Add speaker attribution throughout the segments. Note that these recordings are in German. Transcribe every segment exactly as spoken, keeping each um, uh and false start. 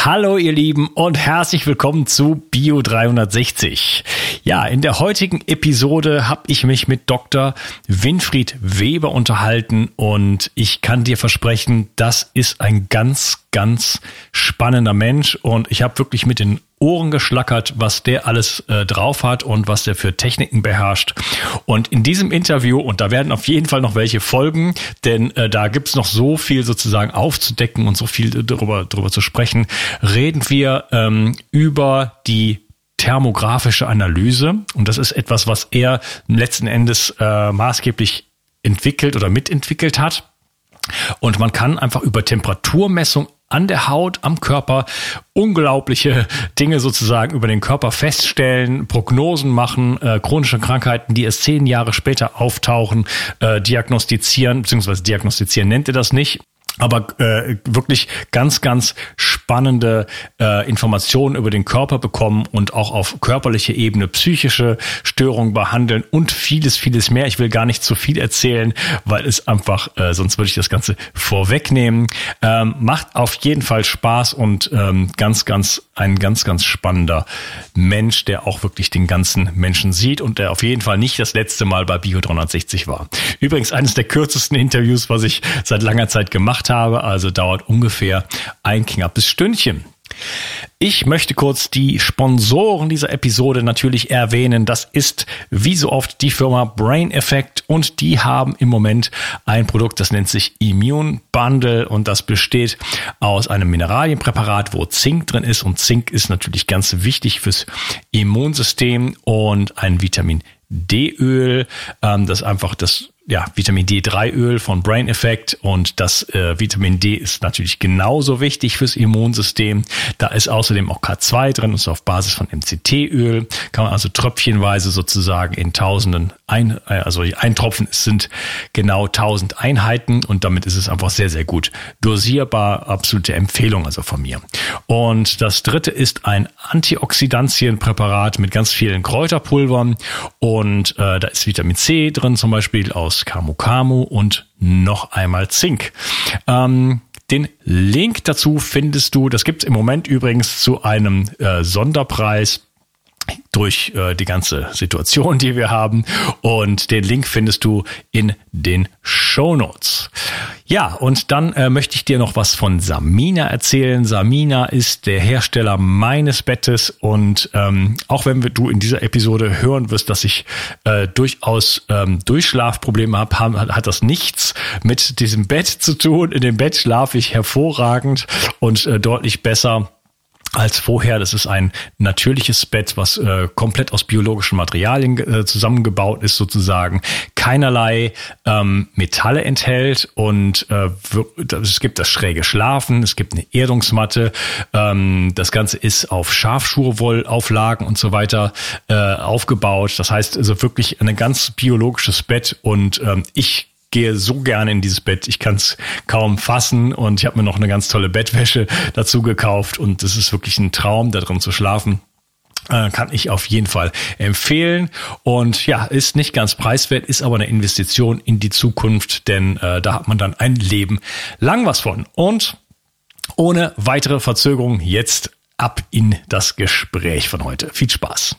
Speaker 1: Hallo ihr Lieben und herzlich willkommen zu Bio dreihundertsechzig. Ja, in der heutigen Episode habe ich mich mit Doktor Winfried Weber unterhalten und ich kann dir versprechen, das ist ein ganz, ganz spannender Mensch und ich habe wirklich mit den Ohren geschlackert, was der alles äh, drauf hat und was der für Techniken beherrscht. Und in diesem Interview, und da werden auf jeden Fall noch welche folgen, denn äh, da gibt's noch so viel sozusagen aufzudecken und so viel darüber, darüber zu sprechen, reden wir ähm, über die thermografische Analyse. Und das ist etwas, was er letzten Endes äh, maßgeblich entwickelt oder mitentwickelt hat. Und man kann einfach über Temperaturmessung an der Haut, am Körper unglaubliche Dinge sozusagen über den Körper feststellen, Prognosen machen, äh, chronische Krankheiten, die erst zehn Jahre später auftauchen, äh, diagnostizieren, beziehungsweise diagnostizieren nennt er das nicht. Aber äh, wirklich ganz, ganz spannende äh, Informationen über den Körper bekommen und auch auf körperlicher Ebene psychische Störungen behandeln und vieles, vieles mehr. Ich will gar nicht zu viel erzählen, weil es einfach, äh, sonst würde ich das Ganze vorwegnehmen. Ähm, macht auf jeden Fall Spaß und ähm, ganz, ganz ein ganz, ganz spannender Mensch, der auch wirklich den ganzen Menschen sieht und der auf jeden Fall nicht das letzte Mal bei Bio dreihundertsechzig war. Übrigens eines der kürzesten Interviews, was ich seit langer Zeit gemacht habe, also dauert ungefähr ein knappes Stündchen. Ich möchte kurz die Sponsoren dieser Episode natürlich erwähnen. Das ist wie so oft die Firma Brain Effect und die haben im Moment ein Produkt, das nennt sich Immune Bundle und das besteht aus einem Mineralienpräparat, wo Zink drin ist und Zink ist natürlich ganz wichtig fürs Immunsystem und ein Vitamin D-Öl, ähm, das einfach das ja, Vitamin D drei Öl von Brain Effect und das äh, Vitamin D ist natürlich genauso wichtig fürs Immunsystem. Da ist außerdem auch K zwei drin und ist auf Basis von M C T-Öl. Kann man also tröpfchenweise sozusagen in Tausenden ein, also ein Tropfen sind genau tausend Einheiten und damit ist es einfach sehr, sehr gut dosierbar. Absolute Empfehlung also von mir. Und das dritte ist ein Antioxidantienpräparat mit ganz vielen Kräuterpulvern und äh, da ist Vitamin C drin zum Beispiel aus Camu Camu und noch einmal Zink. Ähm, den Link dazu findest du, das gibt's im Moment übrigens zu einem äh, Sonderpreis durch äh, die ganze Situation, die wir haben. Und den Link findest du in den Shownotes. Ja, und dann äh, möchte ich dir noch was von Samina erzählen. Samina ist der Hersteller meines Bettes und ähm, auch wenn wir, du in dieser Episode hören wirst, dass ich äh, durchaus ähm, Durchschlafprobleme habe, hat, hat das nichts mit diesem Bett zu tun. In dem Bett schlafe ich hervorragend und äh, deutlich besser als vorher. Das ist ein natürliches Bett, was äh, komplett aus biologischen Materialien äh, zusammengebaut ist, sozusagen keinerlei ähm, Metalle enthält und äh, es gibt das schräge Schlafen, es gibt eine Erdungsmatte, ähm, das Ganze ist auf Schafschurwollauflagen und so weiter äh, aufgebaut. Das heißt also wirklich ein ganz biologisches Bett und ähm, ich gehe so gerne in dieses Bett, ich kann es kaum fassen und ich habe mir noch eine ganz tolle Bettwäsche dazu gekauft und es ist wirklich ein Traum, da drin zu schlafen. Äh, kann ich auf jeden Fall empfehlen und ja, ist nicht ganz preiswert, ist aber eine Investition in die Zukunft, denn äh, da hat man dann ein Leben lang was von. Und ohne weitere Verzögerung jetzt ab in das Gespräch von heute. Viel Spaß.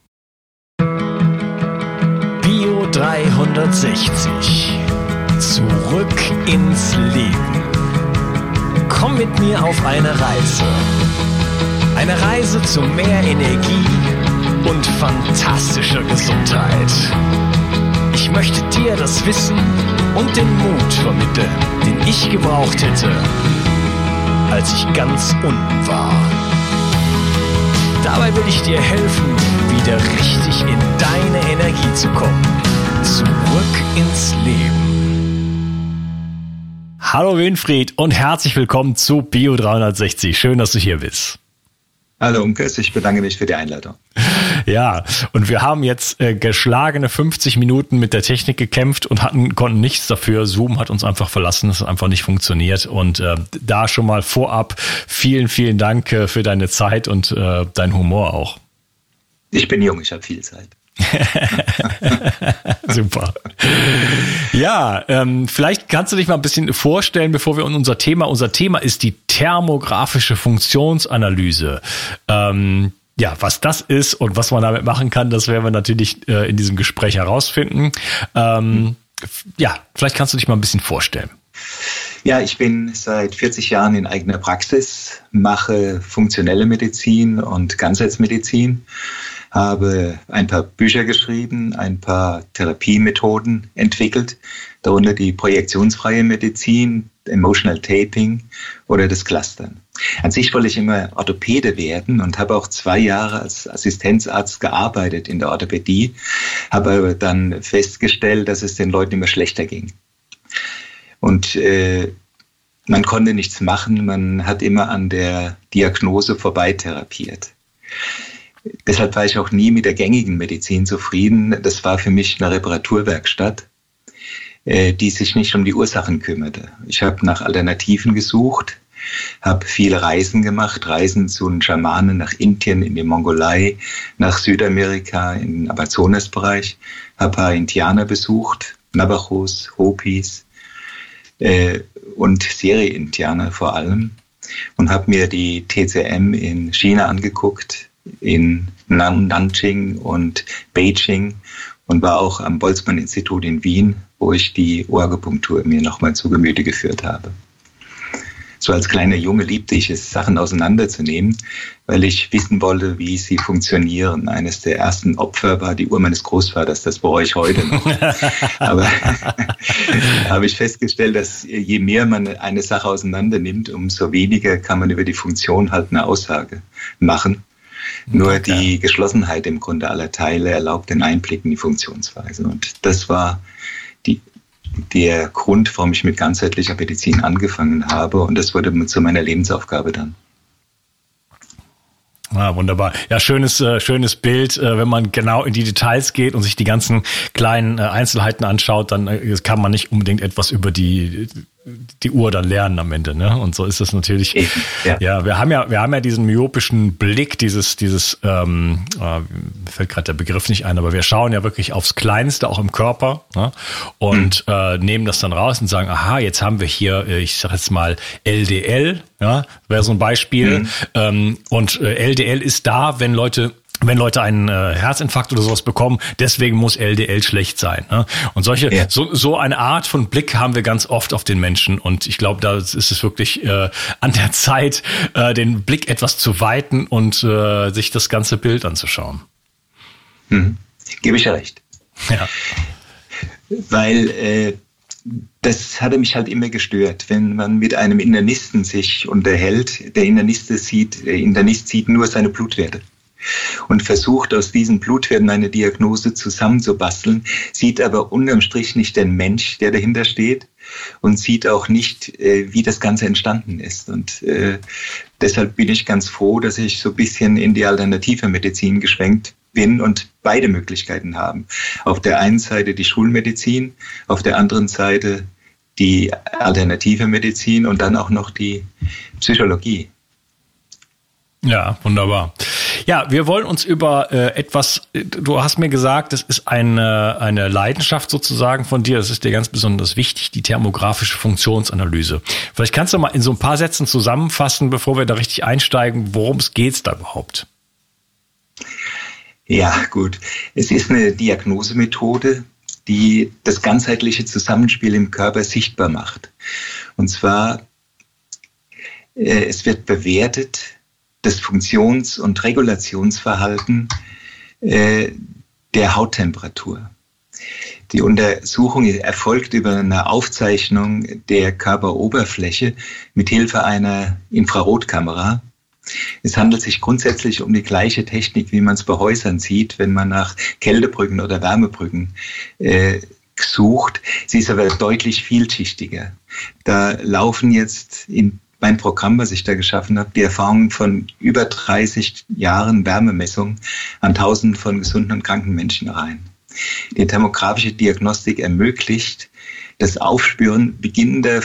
Speaker 1: Bio dreihundertsechzig. Zurück ins Leben. Komm mit mir auf eine Reise. Eine Reise zu mehr Energie und fantastischer Gesundheit. Ich möchte dir das Wissen und den Mut vermitteln, den ich gebraucht hätte, als ich ganz unten war. Dabei will ich dir helfen, wieder richtig in deine Energie zu kommen. Zurück ins Leben. Hallo Winfried und herzlich willkommen zu Bio dreihundertsechzig. Schön, dass du hier bist.
Speaker 2: Hallo Umkes, ich bedanke mich für die Einladung.
Speaker 1: Ja, und wir haben jetzt äh, geschlagene fünfzig Minuten mit der Technik gekämpft und hatten konnten nichts dafür. Zoom hat uns einfach verlassen, es hat einfach nicht funktioniert. Und äh, da schon mal vorab vielen, vielen Dank äh, für deine Zeit und äh, deinen Humor auch.
Speaker 2: Ich bin jung, ich habe viel Zeit.
Speaker 1: Super. Ja, ähm, vielleicht kannst du dich mal ein bisschen vorstellen, bevor wir in unser Thema, unser Thema ist die thermografische Funktionsanalyse. Ähm, ja, was das ist und was man damit machen kann, das werden wir natürlich äh, in diesem Gespräch herausfinden. Ähm, ja, vielleicht kannst du dich mal ein bisschen vorstellen.
Speaker 2: Ja, ich bin seit vierzig Jahren in eigener Praxis, mache funktionelle Medizin und Ganzheitsmedizin, habe ein paar Bücher geschrieben, ein paar Therapiemethoden entwickelt, darunter die projektionsfreie Medizin, Emotional Taping oder das Clustern. An sich wollte ich immer Orthopäde werden und habe auch zwei Jahre als Assistenzarzt gearbeitet in der Orthopädie, habe aber dann festgestellt, dass es den Leuten immer schlechter ging. Und äh, man konnte nichts machen, man hat immer an der Diagnose vorbei therapiert. Deshalb war ich auch nie mit der gängigen Medizin zufrieden. Das war für mich eine Reparaturwerkstatt, äh, die sich nicht um die Ursachen kümmerte. Ich habe nach Alternativen gesucht, habe viele Reisen gemacht, Reisen zu den Schamanen nach Indien, in die Mongolei, nach Südamerika, in den Amazonasbereich, habe ein paar Indianer besucht, Navajos, Hopis, Äh, und Seri-Indianer vor allem und habe mir die T C M in China angeguckt, in Nanjing und Beijing und war auch am Boltzmann-Institut in Wien, wo ich die Ohrakupunktur mir nochmal zu Gemüte geführt habe. So als kleiner Junge liebte ich es, Sachen auseinanderzunehmen, weil ich wissen wollte, wie sie funktionieren. Eines der ersten Opfer war die Uhr meines Großvaters, das bereue ich heute noch. Aber da habe ich festgestellt, dass je mehr man eine Sache auseinander nimmt, umso weniger kann man über die Funktion halt eine Aussage machen. Nur okay. Die Geschlossenheit im Grunde aller Teile erlaubt den Einblick in die Funktionsweise. Und das war die der Grund, warum ich mit ganzheitlicher Medizin angefangen habe. Und das wurde zu meiner Lebensaufgabe dann.
Speaker 1: Ah, wunderbar. Ja, schönes, äh, schönes Bild. Äh, wenn man genau in die Details geht und sich die ganzen kleinen äh, Einzelheiten anschaut, dann äh, kann man nicht unbedingt etwas über die die Uhr dann lernen am Ende, ne? Und so ist es natürlich. Eben, ja. ja, wir haben ja, wir haben ja diesen myopischen Blick, dieses, dieses, ähm, äh, fällt gerade der Begriff nicht ein, aber wir schauen ja wirklich aufs Kleinste, auch im Körper, ne? Und mhm. äh, nehmen das dann raus und sagen, aha, jetzt haben wir hier, ich sag jetzt mal L D L, ja, wäre so ein Beispiel. Mhm. Ähm, und äh, L D L ist da, wenn Leute wenn Leute einen äh, Herzinfarkt oder sowas bekommen, deswegen muss L D L schlecht sein. Ne? Und solche, ja. so, so eine Art von Blick haben wir ganz oft auf den Menschen. Und ich glaube, da ist es wirklich äh, an der Zeit, äh, den Blick etwas zu weiten und äh, sich das ganze Bild anzuschauen.
Speaker 2: Hm. Gebe ich ja recht.
Speaker 1: Ja.
Speaker 2: Weil äh, das hatte mich halt immer gestört, wenn man mit einem Internisten sich unterhält. Der Internist sieht, der Internist sieht nur seine Blutwerte und versucht aus diesen Blutwerten eine Diagnose zusammenzubasteln, sieht aber unterm Strich nicht den Mensch, der dahinter steht und sieht auch nicht, äh, wie das Ganze entstanden ist. Und äh, deshalb bin ich ganz froh, dass ich so ein bisschen in die alternative Medizin geschwenkt bin und beide Möglichkeiten haben. Auf der einen Seite die Schulmedizin, auf der anderen Seite die alternative Medizin und dann auch noch die Psychologie.
Speaker 1: Ja, wunderbar. Ja, wir wollen uns über äh, etwas, du hast mir gesagt, das ist eine, eine Leidenschaft sozusagen von dir, das ist dir ganz besonders wichtig, die thermografische Funktionsanalyse. Vielleicht kannst du mal in so ein paar Sätzen zusammenfassen, bevor wir da richtig einsteigen, worum es geht da überhaupt?
Speaker 2: Ja, gut. Es ist eine Diagnosemethode, die das ganzheitliche Zusammenspiel im Körper sichtbar macht. Und zwar, äh, es wird bewertet, das Funktions- und Regulationsverhalten äh, der Hauttemperatur. Die Untersuchung erfolgt über eine Aufzeichnung der Körperoberfläche mit Hilfe einer Infrarotkamera. Es handelt sich grundsätzlich um die gleiche Technik, wie man es bei Häusern sieht, wenn man nach Kältebrücken oder Wärmebrücken äh, sucht. Sie ist aber deutlich vielschichtiger. Da laufen jetzt in mein Programm, was ich da geschaffen habe, die Erfahrungen von über dreißig Jahren Wärmemessung an Tausenden von gesunden und kranken Menschen rein. Die thermografische Diagnostik ermöglicht das Aufspüren beginnender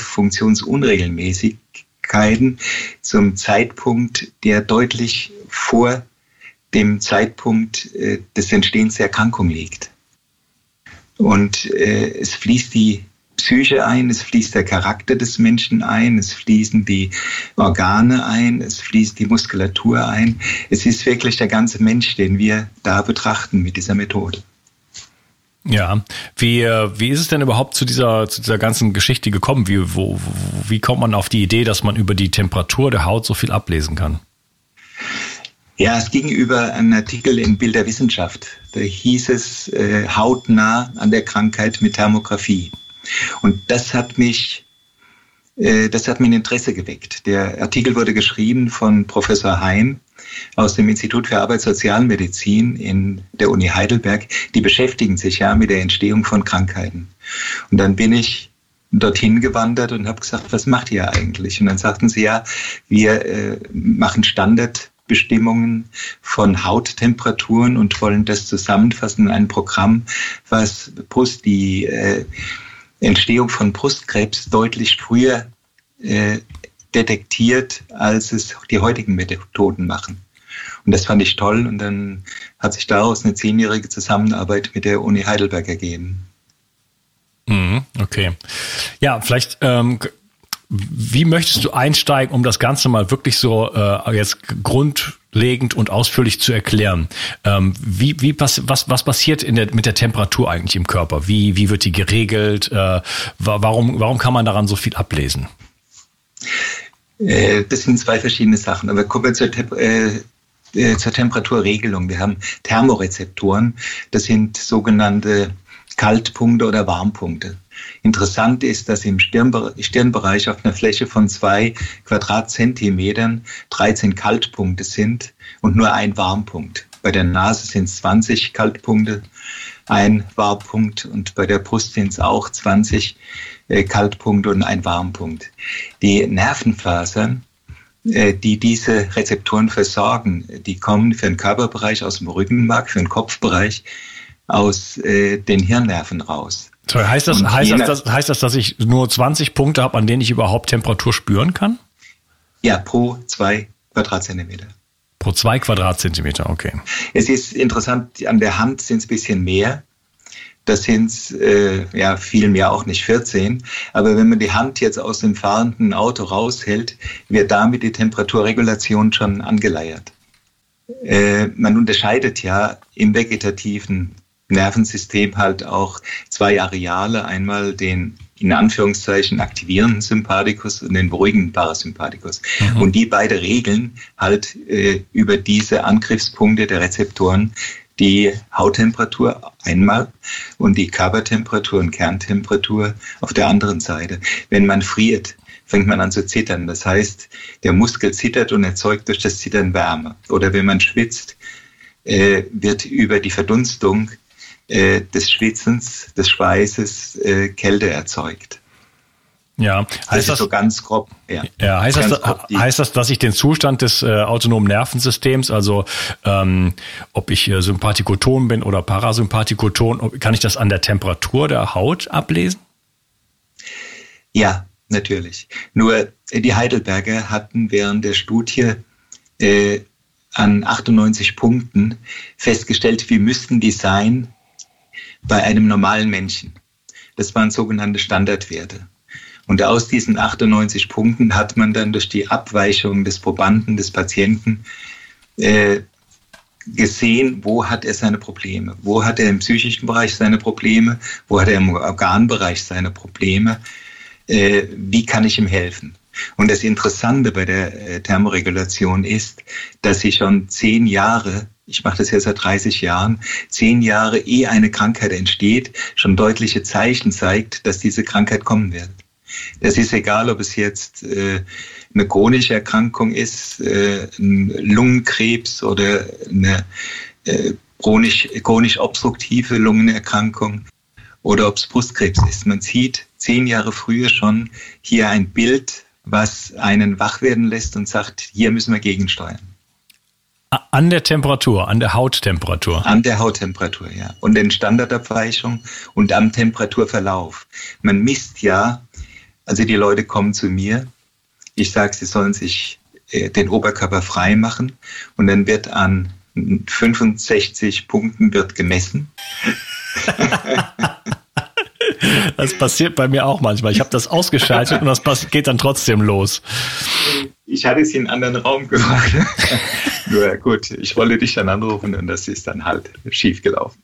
Speaker 2: Funktionsunregelmäßigkeiten zum Zeitpunkt, der deutlich vor dem Zeitpunkt äh, des Entstehens der Erkrankung liegt. Und äh, es fließt die Psyche ein, es fließt der Charakter des Menschen ein, es fließen die Organe ein, es fließt die Muskulatur ein. Es ist wirklich der ganze Mensch, den wir da betrachten mit dieser Methode.
Speaker 1: Ja, wie, wie ist es denn überhaupt zu dieser, zu dieser ganzen Geschichte gekommen? Wie, wo, wie kommt man auf die Idee, dass man über die Temperatur der Haut so viel ablesen kann?
Speaker 2: Ja, es ging über einen Artikel in Bild der Wissenschaft. Da hieß es äh, hautnah an der Krankheit mit Thermographie. Und das hat mich, äh, das hat mir ein Interesse geweckt. Der Artikel wurde geschrieben von Professor Heim aus dem Institut für Arbeitssozialmedizin in der Uni Heidelberg. Die beschäftigen sich ja mit der Entstehung von Krankheiten. Und dann bin ich dorthin gewandert und habe gesagt, was macht ihr eigentlich? Und dann sagten sie, ja, wir äh, machen Standardbestimmungen von Hauttemperaturen und wollen das zusammenfassen in ein Programm, was Brust, die äh, Entstehung von Brustkrebs deutlich früher äh, detektiert, als es die heutigen Methoden machen. Und das fand ich toll und dann hat sich daraus eine zehnjährige Zusammenarbeit mit der Uni Heidelberg ergeben.
Speaker 1: Okay. Ja, vielleicht, ähm, wie möchtest du einsteigen, um das Ganze mal wirklich so äh, jetzt grundlegend und ausführlich zu erklären? Ähm, wie, wie pass- was, was passiert in der, mit der Temperatur eigentlich im Körper? Wie, wie wird die geregelt? Äh, warum, warum kann man daran so viel ablesen?
Speaker 2: Äh, das sind zwei verschiedene Sachen. Aber kommen wir zur, Te- äh, zur Temperaturregelung. Wir haben Thermorezeptoren. Das sind sogenannte Kaltpunkte oder Warmpunkte. Interessant ist, dass im Stirnbereich auf einer Fläche von zwei Quadratzentimetern dreizehn Kaltpunkte sind und nur ein Warmpunkt. Bei der Nase sind es zwanzig Kaltpunkte, ein Warmpunkt und bei der Brust sind es auch zwanzig Kaltpunkte und ein Warmpunkt. Die Nervenfasern, die diese Rezeptoren versorgen, die kommen für den Körperbereich aus dem Rückenmark, für den Kopfbereich aus äh, den Hirnnerven raus.
Speaker 1: So, heißt das, heißt das, das, heißt das, dass ich nur zwanzig Punkte habe, an denen ich überhaupt Temperatur spüren kann?
Speaker 2: Ja, pro zwei Quadratzentimeter.
Speaker 1: Pro zwei Quadratzentimeter, okay.
Speaker 2: Es ist interessant, an der Hand sind es ein bisschen mehr. Das sind äh, ja viel mehr, auch nicht vierzehn. Aber wenn man die Hand jetzt aus dem fahrenden Auto raushält, wird damit die Temperaturregulation schon angeleiert. Äh, man unterscheidet ja im vegetativen Nervensystem halt auch zwei Areale. Einmal den in Anführungszeichen aktivierenden Sympathikus und den beruhigenden Parasympathikus. Mhm. Und die beide regeln halt äh, über diese Angriffspunkte der Rezeptoren die Hauttemperatur einmal und die Körpertemperatur und Kerntemperatur auf der anderen Seite. Wenn man friert, fängt man an zu zittern. Das heißt, der Muskel zittert und erzeugt durch das Zittern Wärme. Oder wenn man schwitzt, äh, wird über die Verdunstung äh, des Schwitzens, des Schweißes äh, Kälte erzeugt.
Speaker 1: Ja, heißt
Speaker 2: das ist
Speaker 1: das
Speaker 2: so ganz grob. Ja,
Speaker 1: ja heißt, das, grob heißt das, dass ich den Zustand des äh, autonomen Nervensystems, also ähm, ob ich äh, Sympathikoton bin oder Parasympathikoton, kann ich das an der Temperatur der Haut ablesen?
Speaker 2: Ja, natürlich. Nur die Heidelberger hatten während der Studie äh, an achtundneunzig Punkten festgestellt, wie müssten die sein bei einem normalen Menschen. Das waren sogenannte Standardwerte. Und aus diesen achtundneunzig Punkten hat man dann durch die Abweichung des Probanden, des Patienten, äh, gesehen, wo hat er seine Probleme, wo hat er im psychischen Bereich seine Probleme, wo hat er im Organbereich seine Probleme, äh, wie kann ich ihm helfen. Und das Interessante bei der äh, Thermoregulation ist, dass sie schon zehn Jahre, ich mache das ja seit dreißig Jahren, zehn Jahre ehe eine Krankheit entsteht, schon deutliche Zeichen zeigt, dass diese Krankheit kommen wird. Das ist egal, ob es jetzt äh, eine chronische Erkrankung ist, äh, ein Lungenkrebs oder eine äh, chronisch, chronisch obstruktive Lungenerkrankung oder ob es Brustkrebs ist. Man sieht zehn Jahre früher schon hier ein Bild, was einen wach werden lässt und sagt, hier müssen wir gegensteuern.
Speaker 1: An der Temperatur, an der Hauttemperatur.
Speaker 2: An der Hauttemperatur, ja. Und den Standardabweichung und am Temperaturverlauf. Man misst ja, also die Leute kommen zu mir, ich sage, sie sollen sich äh, den Oberkörper frei machen und dann wird an fünfundsechzig Punkten wird gemessen.
Speaker 1: Das passiert bei mir auch manchmal. Ich habe das ausgeschaltet und das geht dann trotzdem los.
Speaker 2: Ich hatte sie in einen anderen Raum gebracht. Nur gut, ich wollte dich dann anrufen und das ist dann halt schief gelaufen.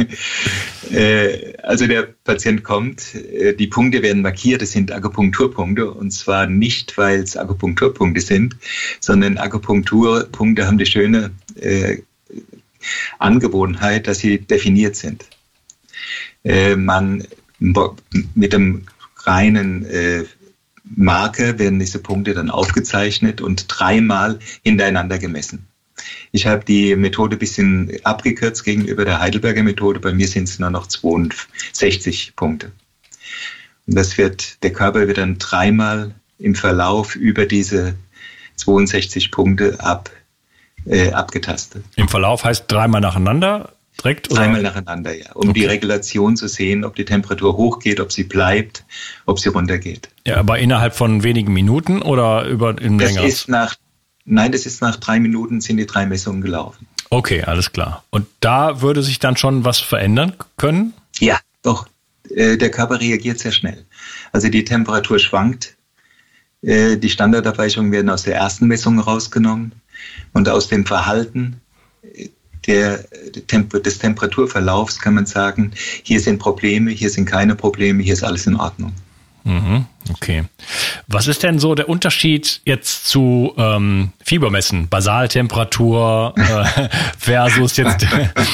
Speaker 2: Also der Patient kommt, die Punkte werden markiert, es sind Akupunkturpunkte und zwar nicht, weil es Akupunkturpunkte sind, sondern Akupunkturpunkte haben die schöne äh, Angewohnheit, dass sie definiert sind. Äh, man mit dem reinen äh, Marker werden diese Punkte dann aufgezeichnet und dreimal hintereinander gemessen. Ich habe die Methode ein bisschen abgekürzt gegenüber der Heidelberger Methode. Bei mir sind es nur noch zweiundsechzig Punkte. Und das wird, der Körper wird dann dreimal im Verlauf über diese zweiundsechzig Punkte ab, äh, abgetastet.
Speaker 1: Im Verlauf heißt dreimal nacheinander? Direkt, oder?
Speaker 2: Dreimal nacheinander, ja. Um okay. Die Regulation zu sehen, ob die Temperatur hochgeht, ob sie bleibt, ob sie runtergeht.
Speaker 1: Ja, aber innerhalb von wenigen Minuten oder über in
Speaker 2: das
Speaker 1: länger?
Speaker 2: Ist nach, nein, das ist nach drei Minuten sind die drei Messungen gelaufen.
Speaker 1: Okay, alles klar. Und da würde sich dann schon was verändern können?
Speaker 2: Ja, doch. Der Körper reagiert sehr schnell. Also die Temperatur schwankt. Die Standardabweichungen werden aus der ersten Messung rausgenommen und aus dem Verhalten Der, des Temperaturverlaufs kann man sagen, hier sind Probleme, hier sind keine Probleme, hier ist alles in Ordnung.
Speaker 1: Mhm, okay. Was ist denn so der Unterschied jetzt zu ähm, Fiebermessen, Basaltemperatur äh, versus jetzt?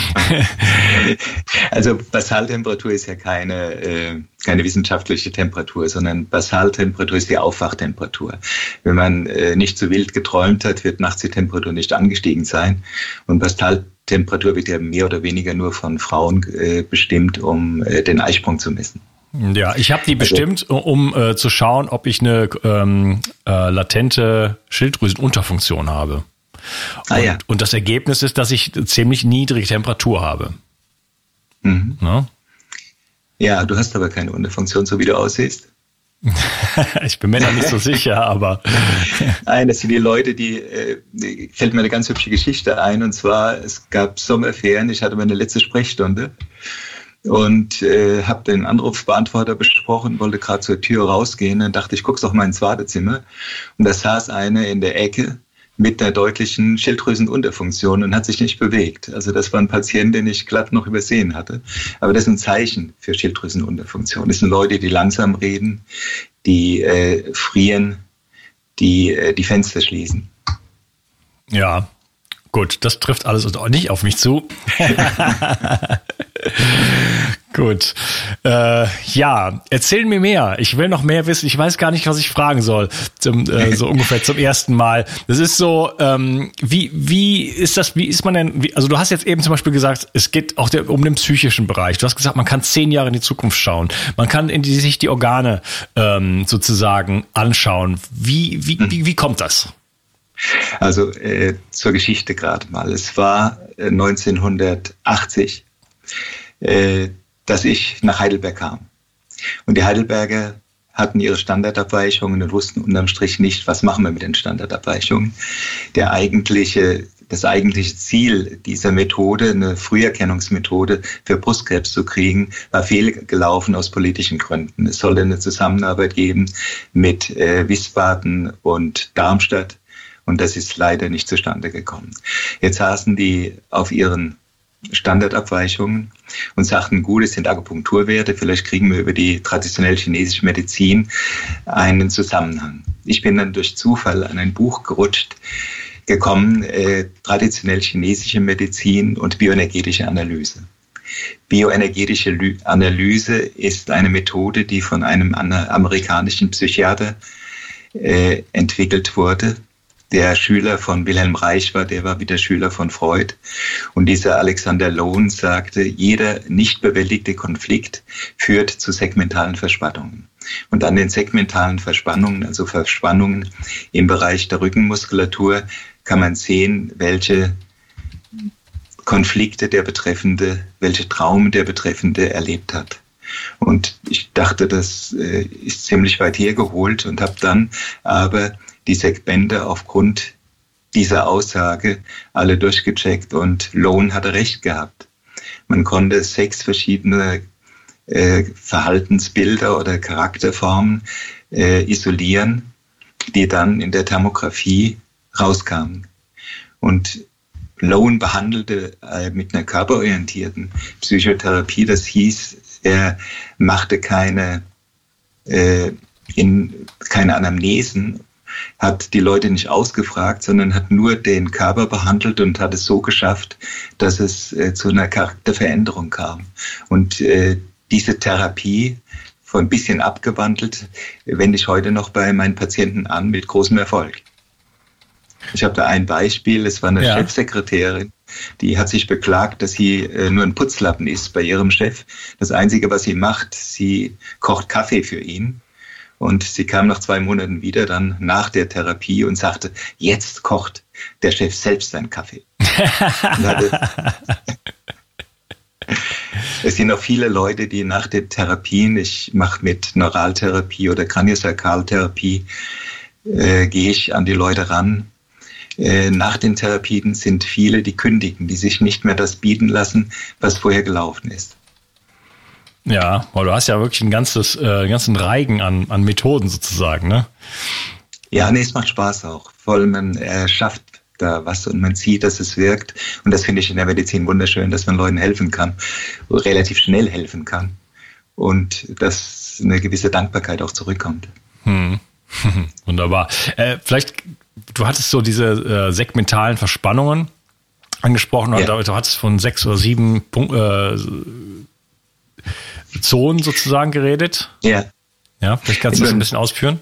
Speaker 2: Also Basaltemperatur ist ja keine, äh, keine wissenschaftliche Temperatur, sondern Basaltemperatur ist die Aufwachtemperatur. Wenn man äh, nicht so wild geträumt hat, wird nachts die Temperatur nicht angestiegen sein. Und Basaltemperatur wird ja mehr oder weniger nur von Frauen äh, bestimmt, um äh, den Eisprung zu messen.
Speaker 1: Ja, ich habe die bestimmt, um äh, zu schauen, ob ich eine ähm, äh, latente Schilddrüsenunterfunktion habe. Und,
Speaker 2: ah, ja.
Speaker 1: und das Ergebnis ist, dass ich ziemlich niedrige Temperatur habe.
Speaker 2: Mhm. Ja, du hast aber keine Unterfunktion, so wie du aussiehst.
Speaker 1: Ich bin mir da nicht so sicher, aber...
Speaker 2: Nein, das sind die Leute, die, äh, die, fällt mir eine ganz hübsche Geschichte ein. Und zwar, es gab Sommerferien, ich hatte meine letzte Sprechstunde. Und äh, habe den Anrufbeantworter besprochen, wollte gerade zur Tür rausgehen. Dann dachte ich, guck's doch mal ins Badezimmer. Und da saß eine in der Ecke mit einer deutlichen Schilddrüsenunterfunktion und hat sich nicht bewegt. Also das war ein Patient, den ich glatt noch übersehen hatte. Aber das ist ein Zeichen für Schilddrüsenunterfunktion. Das sind Leute, die langsam reden, die äh, frieren, die äh, die Fenster schließen.
Speaker 1: Ja, gut, das trifft alles nicht auf mich zu. Gut. Äh, ja, erzähl mir mehr. Ich will noch mehr wissen. Ich weiß gar nicht, was ich fragen soll. Zum, äh, so ungefähr zum ersten Mal. Das ist so, ähm, wie, wie ist das, wie ist man denn, wie, also du hast jetzt eben zum Beispiel gesagt, es geht auch der, um den psychischen Bereich. Du hast gesagt, man kann zehn Jahre in die Zukunft schauen. Man kann in die, sich die Organe ähm, sozusagen anschauen. Wie, wie, wie, wie kommt das?
Speaker 2: Also äh, zur Geschichte gerade mal. Es war äh, neunzehnhundertachtzig, äh, dass ich nach Heidelberg kam. Und die Heidelberger hatten ihre Standardabweichungen und wussten unterm Strich nicht, was machen wir mit den Standardabweichungen. Der eigentliche, das eigentliche Ziel dieser Methode, eine Früherkennungsmethode für Brustkrebs zu kriegen, war fehlgelaufen aus politischen Gründen. Es sollte eine Zusammenarbeit geben mit äh, Wiesbaden und Darmstadt. Und das ist leider nicht zustande gekommen. Jetzt saßen die auf ihren Standardabweichungen und sagten, gut, es sind Akupunkturwerte, vielleicht kriegen wir über die traditionelle chinesische Medizin einen Zusammenhang. Ich bin dann durch Zufall an ein Buch gerutscht, gekommen, äh, traditionell chinesische Medizin und bioenergetische Analyse. Bioenergetische Analyse ist eine Methode, die von einem amerikanischen Psychiater äh, entwickelt wurde, der Schüler von Wilhelm Reich war, der war wieder Schüler von Freud. Und dieser Alexander Lohn sagte, jeder nicht bewältigte Konflikt führt zu segmentalen Verspannungen. Und an den segmentalen Verspannungen, also Verspannungen im Bereich der Rückenmuskulatur, kann man sehen, welche Konflikte der Betreffende, welche Traumen der Betreffende erlebt hat. Und ich dachte, das ist ziemlich weit hergeholt und habe dann aber die Segmente aufgrund dieser Aussage alle durchgecheckt und Lone hatte recht gehabt. Man konnte sechs verschiedene äh, Verhaltensbilder oder Charakterformen äh, isolieren, die dann in der Thermografie rauskamen. Und Lone behandelte äh, mit einer körperorientierten Psychotherapie. Das hieß, er machte keine, äh, in, keine Anamnesen, hat die Leute nicht ausgefragt, sondern hat nur den Körper behandelt und hat es so geschafft, dass es äh, zu einer Charakterveränderung kam. Und äh, diese Therapie, von ein bisschen abgewandelt, wende ich heute noch bei meinen Patienten an mit großem Erfolg. Ich habe da ein Beispiel, es war eine ja. Chefsekretärin, die hat sich beklagt, dass sie äh, nur ein Putzlappen ist bei ihrem Chef. Das Einzige, was sie macht, sie kocht Kaffee für ihn. Und sie kam nach zwei Monaten wieder, dann nach der Therapie und sagte, jetzt kocht der Chef selbst seinen Kaffee. Es sind auch viele Leute, die nach den Therapien, ich mache mit Neuraltherapie oder Kraniosakraltherapie, äh, gehe ich an die Leute ran. Äh, nach den Therapien sind viele, die kündigen, die sich nicht mehr das bieten lassen, was vorher gelaufen ist.
Speaker 1: Ja, weil du hast ja wirklich ein ganzes, äh, einen ganzen Reigen an, an Methoden sozusagen, ne?
Speaker 2: Ja, nee, es macht Spaß auch. Vor allem, man äh, schafft da was und man sieht, dass es wirkt. Und das finde ich in der Medizin wunderschön, dass man Leuten helfen kann, relativ schnell helfen kann. Und dass eine gewisse Dankbarkeit auch zurückkommt. Hm.
Speaker 1: Wunderbar. Äh, vielleicht, du hattest so diese äh, segmentalen Verspannungen angesprochen, ja. oder du hattest von sechs oder sieben Punkt, äh, Zonen sozusagen geredet.
Speaker 2: Ja.
Speaker 1: Ja, vielleicht kannst du das ein bisschen ausführen.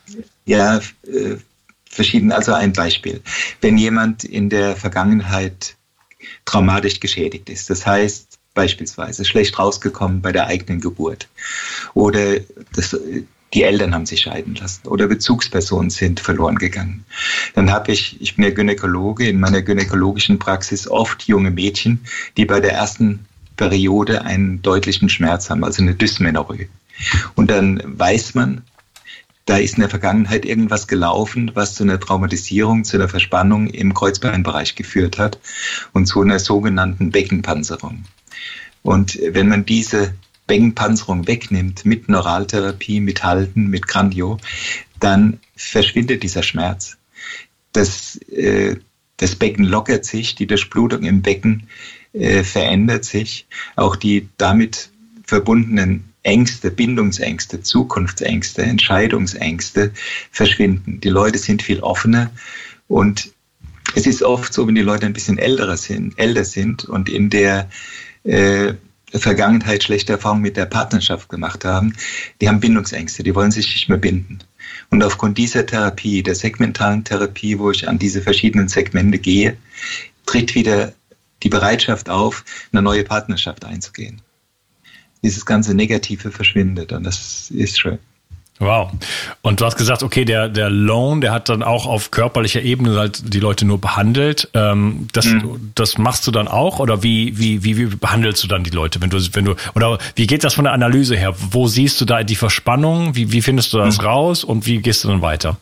Speaker 2: Ja, äh, verschieden. Also ein Beispiel. Wenn jemand in der Vergangenheit traumatisch geschädigt ist, das heißt beispielsweise schlecht rausgekommen bei der eigenen Geburt oder das, die Eltern haben sich scheiden lassen oder Bezugspersonen sind verloren gegangen, dann habe ich, ich bin ja Gynäkologe, in meiner gynäkologischen Praxis oft junge Mädchen, die bei der ersten Periode einen deutlichen Schmerz haben, also eine Dysmenorrhoe. Und dann weiß man, da ist in der Vergangenheit irgendwas gelaufen, was zu einer Traumatisierung, zu einer Verspannung im Kreuzbeinbereich geführt hat und zu einer sogenannten Beckenpanzerung. Und wenn man diese Beckenpanzerung wegnimmt mit Neuraltherapie, mit Halten, mit Kranio, dann verschwindet dieser Schmerz. Das, äh, das Becken lockert sich, die Durchblutung im Becken äh, verändert sich. Auch die damit verbundenen Ängste, Bindungsängste, Zukunftsängste, Entscheidungsängste verschwinden. Die Leute sind viel offener und es ist oft so, wenn die Leute ein bisschen älter sind, älter sind und in der äh, Vergangenheit schlechte Erfahrungen mit der Partnerschaft gemacht haben, die haben Bindungsängste, die wollen sich nicht mehr binden. Und aufgrund dieser Therapie, der segmentalen Therapie, wo ich an diese verschiedenen Segmente gehe, tritt wieder die Bereitschaft auf, eine neue Partnerschaft einzugehen. Dieses ganze Negative verschwindet und das ist schön.
Speaker 1: Wow. Und du hast gesagt, okay, der, der Lone, der hat dann auch auf körperlicher Ebene halt die Leute nur behandelt. Ähm, das, mhm. das machst du dann auch? Oder wie, wie, wie, wie behandelst du dann die Leute, wenn du, wenn du, oder wie geht das von der Analyse her? Wo siehst du da die Verspannung? Wie, wie findest du das mhm. raus? Und wie gehst du dann weiter?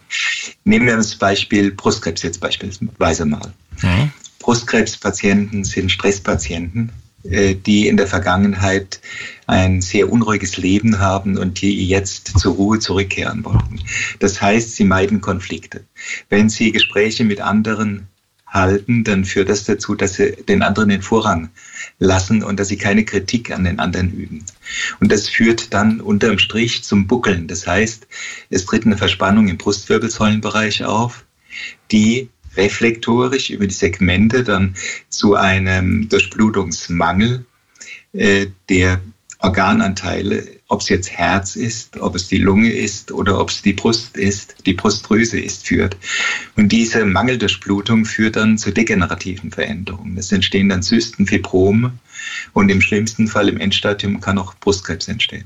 Speaker 2: Nehmen wir das Beispiel Brustkrebs jetzt beispielsweise mal. Mhm. Brustkrebspatienten sind Stresspatienten, die in der Vergangenheit ein sehr unruhiges Leben haben und die jetzt zur Ruhe zurückkehren wollten. Das heißt, sie meiden Konflikte. Wenn sie Gespräche mit anderen halten, dann führt das dazu, dass sie den anderen den Vorrang lassen und dass sie keine Kritik an den anderen üben. Und das führt dann unterm Strich zum Buckeln. Das heißt, es tritt eine Verspannung im Brustwirbelsäulenbereich auf, die reflektorisch über die Segmente dann zu einem Durchblutungsmangel äh, der Organanteile, ob es jetzt Herz ist, ob es die Lunge ist oder ob es die Brust ist, die Brustdrüse ist, führt. Und diese Mangeldurchblutung führt dann zu degenerativen Veränderungen. Es entstehen dann Zysten, Fibrome und im schlimmsten Fall im Endstadium kann auch Brustkrebs entstehen.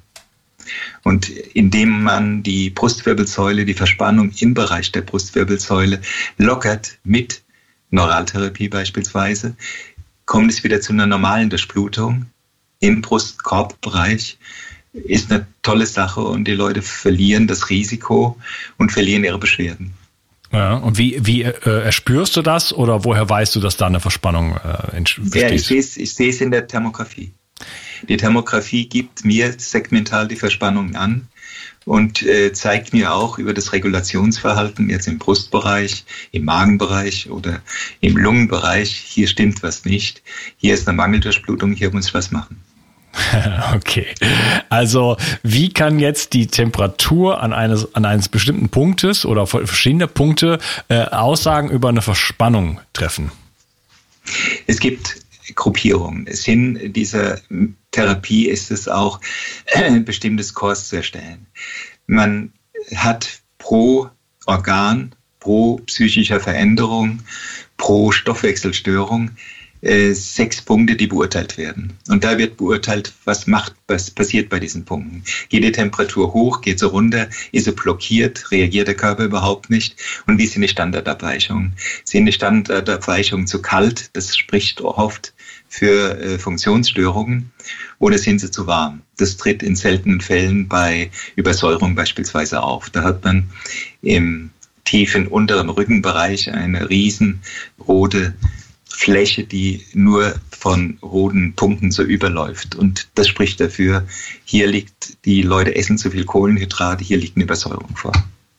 Speaker 2: Und indem man die Brustwirbelsäule, die Verspannung im Bereich der Brustwirbelsäule lockert mit Neuraltherapie beispielsweise, kommt es wieder zu einer normalen Durchblutung im Brustkorbbereich. Ist eine tolle Sache und die Leute verlieren das Risiko und verlieren ihre Beschwerden.
Speaker 1: Ja, und wie, wie äh, erspürst du das oder woher weißt du, dass da eine Verspannung äh, entsteht?
Speaker 2: Ja, ich sehe es ich sehe es in der Thermografie. Die Thermografie gibt mir segmental die Verspannung an und äh, zeigt mir auch über das Regulationsverhalten jetzt im Brustbereich, im Magenbereich oder im Lungenbereich, hier stimmt was nicht, hier ist eine Mangeldurchblutung, hier muss ich was machen.
Speaker 1: Okay, also wie kann jetzt die Temperatur an eines, an eines bestimmten Punktes oder verschiedene Punkte äh, Aussagen über eine Verspannung treffen?
Speaker 2: Es gibt Gruppierungen. Sinn dieser Therapie ist es auch, ein bestimmtes Kurs zu erstellen. Man hat pro Organ, pro psychischer Veränderung, pro Stoffwechselstörung äh, sechs Punkte, die beurteilt werden. Und da wird beurteilt, was macht, was passiert bei diesen Punkten. Geht die Temperatur hoch, geht sie runter, ist sie blockiert, reagiert der Körper überhaupt nicht? Und wie sind die Standardabweichungen? Sind die Standardabweichungen zu kalt? Das spricht oft für äh, Funktionsstörungen. Oder sind sie zu warm? Das tritt in seltenen Fällen bei Übersäuerung beispielsweise auf. Da hat man im tiefen unteren Rückenbereich eine riesen rote Fläche, die nur von roten Punkten so überläuft. Und das spricht dafür, hier liegt, die Leute essen zu viel Kohlenhydrate, hier liegt eine Übersäuerung vor.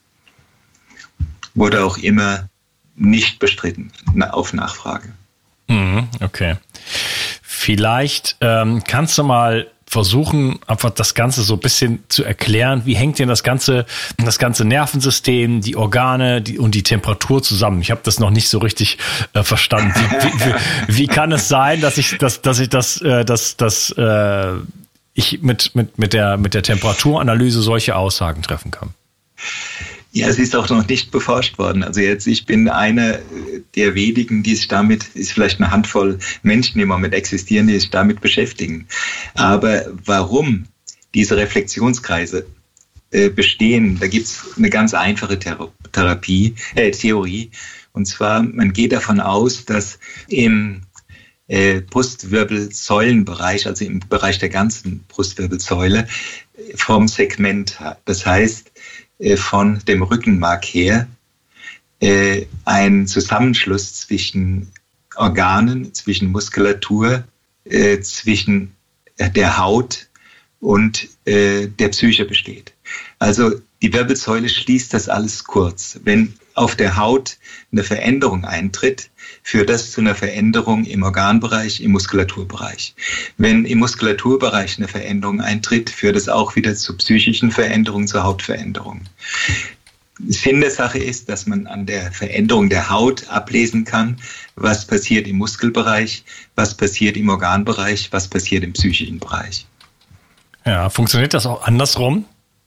Speaker 2: Wurde auch immer nicht bestritten, auf Nachfrage.
Speaker 1: Okay. Vielleicht ähm, kannst du mal versuchen, einfach das Ganze so ein bisschen zu erklären. Wie hängt denn das ganze, das ganze Nervensystem, die Organe die, und die Temperatur zusammen? Ich habe das noch nicht so richtig äh, verstanden. Wie, wie, wie, wie kann es sein, dass ich, dass, dass ich das, äh, dass, dass äh, ich mit mit mit der mit der Temperaturanalyse solche Aussagen treffen kann?
Speaker 2: Ja, es ist auch noch nicht beforscht worden. Also jetzt, ich bin einer der wenigen, die sich damit, ist vielleicht eine Handvoll Menschen, die im Moment existieren, die sich damit beschäftigen. Aber warum diese Reflexionskreise äh, bestehen, da gibt's eine ganz einfache Thera- Therapie, äh, Theorie. Und zwar, man geht davon aus, dass im äh, Brustwirbelsäulenbereich, also im Bereich der ganzen Brustwirbelsäule, vom Segment, das heißt, von dem Rückenmark her äh, ein Zusammenschluss zwischen Organen, zwischen Muskulatur, äh, zwischen der Haut und äh, der Psyche besteht. Also die Wirbelsäule schließt das alles kurz. Wenn auf der Haut eine Veränderung eintritt, führt das zu einer Veränderung im Organbereich, im Muskulaturbereich. Wenn im Muskulaturbereich eine Veränderung eintritt, führt es auch wieder zu psychischen Veränderungen, zu Hautveränderungen. Sinn der Sache ist, dass man an der Veränderung der Haut ablesen kann, was passiert im Muskelbereich, was passiert im Organbereich, was passiert im psychischen Bereich.
Speaker 1: Ja, funktioniert das auch andersrum?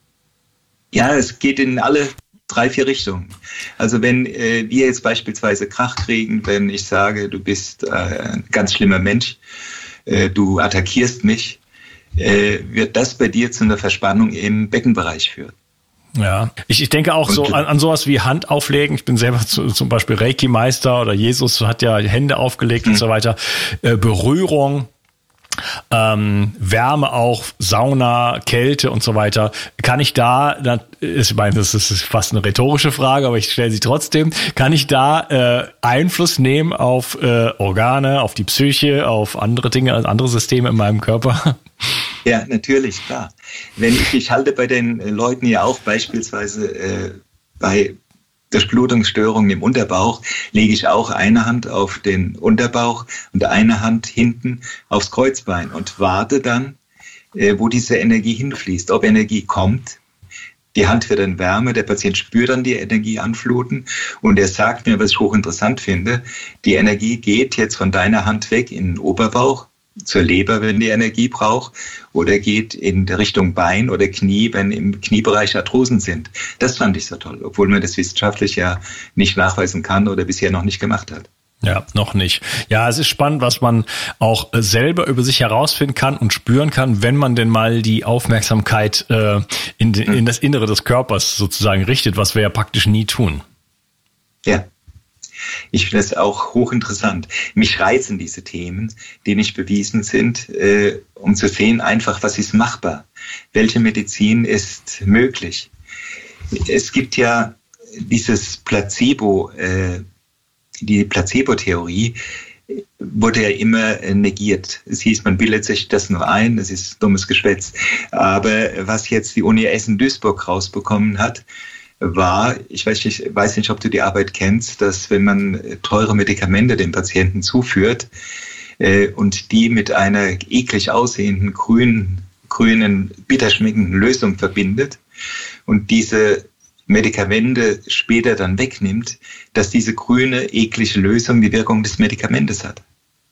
Speaker 2: Ja, es geht in alle drei, vier Richtungen. Also wenn äh, wir jetzt beispielsweise Krach kriegen, wenn ich sage, du bist äh, ein ganz schlimmer Mensch, äh, du attackierst mich, äh, wird das bei dir zu einer Verspannung im Beckenbereich führen.
Speaker 1: Ja, ich, ich denke auch und, so an, an sowas wie Hand auflegen. Ich bin selber zu, zum Beispiel Reiki-Meister oder Jesus hat ja Hände aufgelegt mhm. und so weiter. Äh, Berührung. Ähm, Wärme auch, Sauna, Kälte und so weiter. Kann ich da, ich meine, das ist fast eine rhetorische Frage, aber ich stelle sie trotzdem, kann ich da äh, Einfluss nehmen auf äh, Organe, auf die Psyche, auf andere Dinge, andere Systeme in meinem Körper?
Speaker 2: Ja, natürlich, klar. Wenn ich, ich halte bei den Leuten ja auch beispielsweise äh, bei Durchblutungsstörungen im Unterbauch, lege ich auch eine Hand auf den Unterbauch und eine Hand hinten aufs Kreuzbein und warte dann, äh, wo diese Energie hinfließt, ob Energie kommt. Die Hand wird dann wärmer, der Patient spürt dann die Energie anfluten und er sagt mir, was ich hochinteressant finde, die Energie geht jetzt von deiner Hand weg in den Oberbauch, zur Leber, wenn die Energie braucht, oder geht in Richtung Bein oder Knie, wenn im Kniebereich Arthrosen sind. Das fand ich so toll, obwohl man das wissenschaftlich ja nicht nachweisen kann oder bisher noch nicht gemacht hat.
Speaker 1: Ja, noch nicht. Ja, es ist spannend, was man auch selber über sich herausfinden kann und spüren kann, wenn man denn mal die Aufmerksamkeit äh, in, den, in das Innere des Körpers sozusagen richtet, was wir ja praktisch nie tun.
Speaker 2: Ja. Ich finde das auch hochinteressant. Mich reizen diese Themen, die nicht bewiesen sind, äh, um zu sehen einfach, was ist machbar. Welche Medizin ist möglich? Es gibt ja dieses Placebo, äh, die Placebo-Theorie wurde ja immer negiert. Es hieß, man bildet sich das nur ein, das ist dummes Geschwätz. Aber was jetzt die Uni Essen-Duisburg rausbekommen hat, war, ich weiß nicht, weiß nicht, ob du die Arbeit kennst, dass wenn man teure Medikamente dem Patienten zuführt äh, und die mit einer eklig aussehenden grünen, grünen, bitter schmeckenden Lösung verbindet und diese Medikamente später dann wegnimmt, dass diese grüne, eklige Lösung die Wirkung des Medikamentes hat.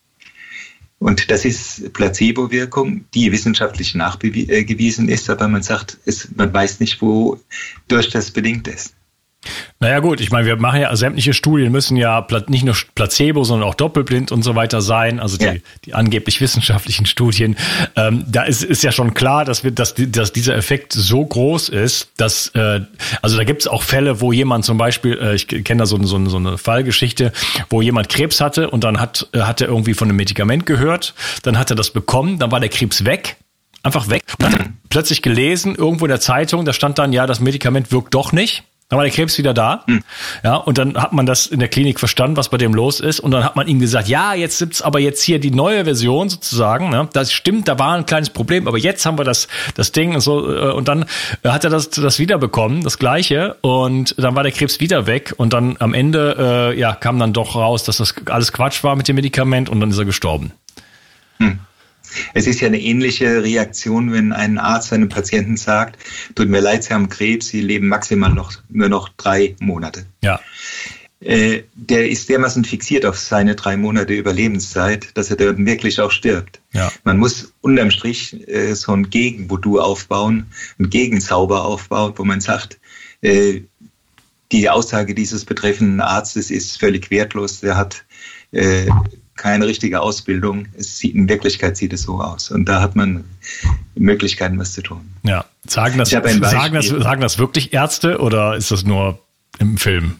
Speaker 2: Und das ist Placebo-Wirkung, die wissenschaftlich nachgewiesen ist, aber man sagt, es, man weiß nicht, wodurch das bedingt ist.
Speaker 1: Naja gut, ich meine, wir machen ja, sämtliche Studien müssen ja nicht nur Placebo, sondern auch doppelblind und so weiter sein, also die, ja. die angeblich wissenschaftlichen Studien. Ähm, da ist, ist ja schon klar, dass, wir, dass, dass dieser Effekt so groß ist, dass, äh, also da gibt es auch Fälle, wo jemand zum Beispiel, äh, ich kenne da so, so, so eine Fallgeschichte, wo jemand Krebs hatte und dann hat, hat er irgendwie von einem Medikament gehört, dann hat er das bekommen, dann war der Krebs weg. Einfach weg. Und dann hat er plötzlich gelesen, irgendwo in der Zeitung, da stand dann, ja, das Medikament wirkt doch nicht. Dann war der Krebs wieder da. Hm. Ja, und dann hat man das in der Klinik verstanden, was bei dem los ist. Und dann hat man ihm gesagt, ja, jetzt gibt's aber jetzt hier die neue Version sozusagen. Ne? Das stimmt, da war ein kleines Problem, aber jetzt haben wir das, das Ding und so. Und dann hat er das, das wiederbekommen, das Gleiche. Und dann war der Krebs wieder weg. Und dann am Ende, äh, ja, kam dann doch raus, dass das alles Quatsch war mit dem Medikament. Und dann ist er gestorben.
Speaker 2: Hm. Es ist ja eine ähnliche Reaktion, wenn ein Arzt einem Patienten sagt, tut mir leid, Sie haben Krebs, Sie leben maximal noch nur noch drei Monate.
Speaker 1: Ja.
Speaker 2: Äh, der ist dermaßen fixiert auf seine drei Monate Überlebenszeit, dass er dann wirklich auch stirbt.
Speaker 1: Ja.
Speaker 2: Man muss unterm Strich äh, so ein Gegenvoodoo aufbauen, einen Gegenzauber aufbauen, wo man sagt, äh, die Aussage dieses betreffenden Arztes ist völlig wertlos, der hat äh, keine richtige Ausbildung. Es sieht, in Wirklichkeit sieht es so aus. Und da hat man Möglichkeiten, was zu tun.
Speaker 1: Ja. Sagen das, sagen das, sagen das wirklich Ärzte oder ist das nur im Film?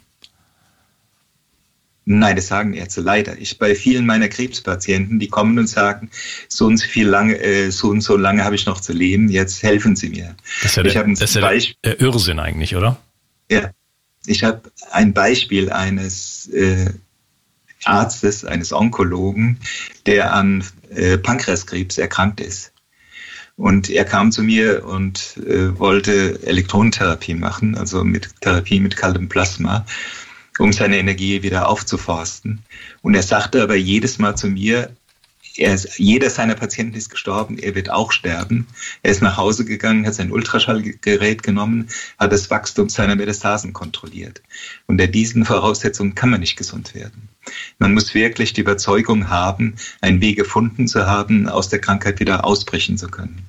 Speaker 2: Nein, das sagen Ärzte leider. Ich, bei vielen meiner Krebspatienten, die kommen und sagen, so und so viel lange, äh, so und so lange habe ich noch zu leben, jetzt helfen Sie mir.
Speaker 1: Das ist ja, der, das ist ja der, der Irrsinn eigentlich, oder?
Speaker 2: Ja. Ich habe ein Beispiel eines äh, Arztes, eines Onkologen, der an äh, Pankreaskrebs erkrankt ist. Und er kam zu mir und äh, wollte Elektronentherapie machen, also mit Therapie mit kaltem Plasma, um seine Energie wieder aufzuforsten. Und er sagte aber jedes Mal zu mir, er ist, jeder seiner Patienten ist gestorben, er wird auch sterben. Er ist nach Hause gegangen, hat sein Ultraschallgerät genommen, hat das Wachstum seiner Metastasen kontrolliert. Unter diesen Voraussetzungen kann man nicht gesund werden. Man muss wirklich die Überzeugung haben, einen Weg gefunden zu haben, aus der Krankheit wieder ausbrechen zu können.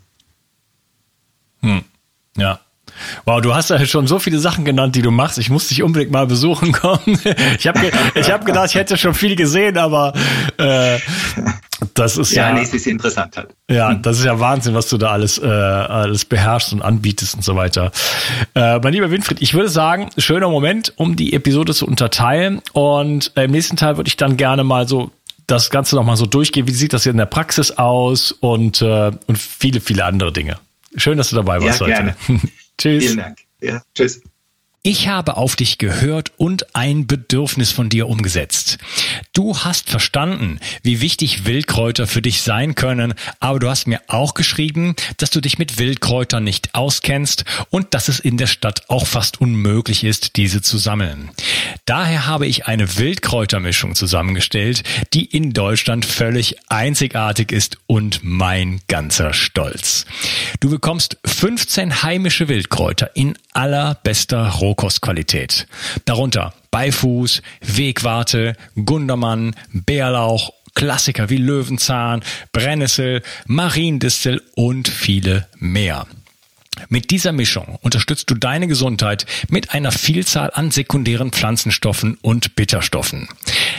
Speaker 1: Hm. Ja. Wow, du hast ja schon so viele Sachen genannt, die du machst. Ich muss dich unbedingt mal besuchen kommen. Ich habe ge- ich hab gedacht, ich hätte schon viel gesehen, aber äh, das ist ja...
Speaker 2: Ja, nee, es ist interessant halt.
Speaker 1: Ja, das ist ja Wahnsinn, was du da alles äh, alles beherrschst und anbietest und so weiter. Äh, mein lieber Winfried, ich würde sagen, schöner Moment, um die Episode zu unterteilen. Und äh, im nächsten Teil würde ich dann gerne mal so das Ganze nochmal so durchgehen. Wie sieht das hier in der Praxis aus und, äh, und viele, viele andere Dinge. Schön, dass du dabei warst
Speaker 2: ja,
Speaker 1: heute.
Speaker 2: Gerne.
Speaker 1: Tschüss.
Speaker 2: Vielen Dank. Ja, tschüss.
Speaker 1: Ich habe auf dich gehört und ein Bedürfnis von dir umgesetzt. Du hast verstanden, wie wichtig Wildkräuter für dich sein können, aber du hast mir auch geschrieben, dass du dich mit Wildkräutern nicht auskennst und dass es in der Stadt auch fast unmöglich ist, diese zu sammeln. Daher habe ich eine Wildkräutermischung zusammengestellt, die in Deutschland völlig einzigartig ist und mein ganzer Stolz. Du bekommst fünfzehn heimische Wildkräuter in allerbester Rohkostqualität. Darunter Beifuß, Wegwarte, Gundermann, Bärlauch, Klassiker wie Löwenzahn, Brennnessel, Mariendistel und viele mehr. Mit dieser Mischung unterstützt du deine Gesundheit mit einer Vielzahl an sekundären Pflanzenstoffen und Bitterstoffen.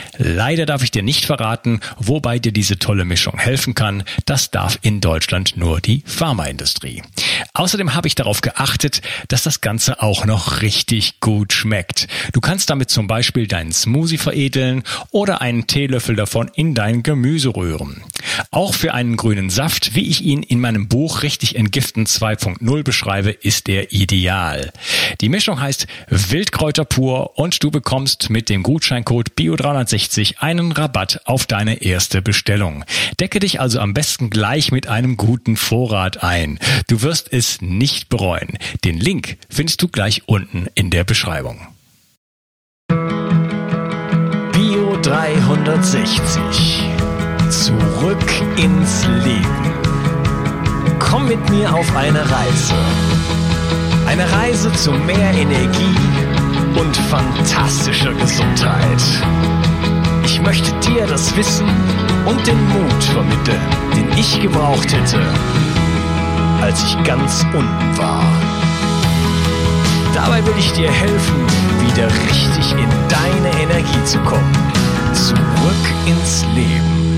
Speaker 1: Leider darf ich dir nicht verraten, wobei dir diese tolle Mischung helfen kann. Das darf in Deutschland nur die Pharmaindustrie. Außerdem habe ich darauf geachtet, dass das Ganze auch noch richtig gut schmeckt. Du kannst damit zum Beispiel deinen Smoothie veredeln oder einen Teelöffel davon in dein Gemüse rühren. Auch für einen grünen Saft, wie ich ihn in meinem Buch Richtig Entgiften zwei Punkt null beschreibe, ist er ideal. Die Mischung heißt Wildkräuter pur und du bekommst mit dem Gutscheincode Bio dreihundertsechzig einen Rabatt auf deine erste Bestellung. Decke dich also am besten gleich mit einem guten Vorrat ein. Du wirst es nicht bereuen. Den Link findest du gleich unten in der Beschreibung. Bio dreihundertsechzig. Zurück ins Leben. Komm mit mir auf eine Reise. Eine Reise zu mehr Energie und fantastischer Gesundheit. Ich möchte dir das Wissen und den Mut vermitteln, den ich gebraucht hätte, als ich ganz unten war. Dabei will ich dir helfen, wieder richtig in deine Energie zu kommen. Zurück ins Leben.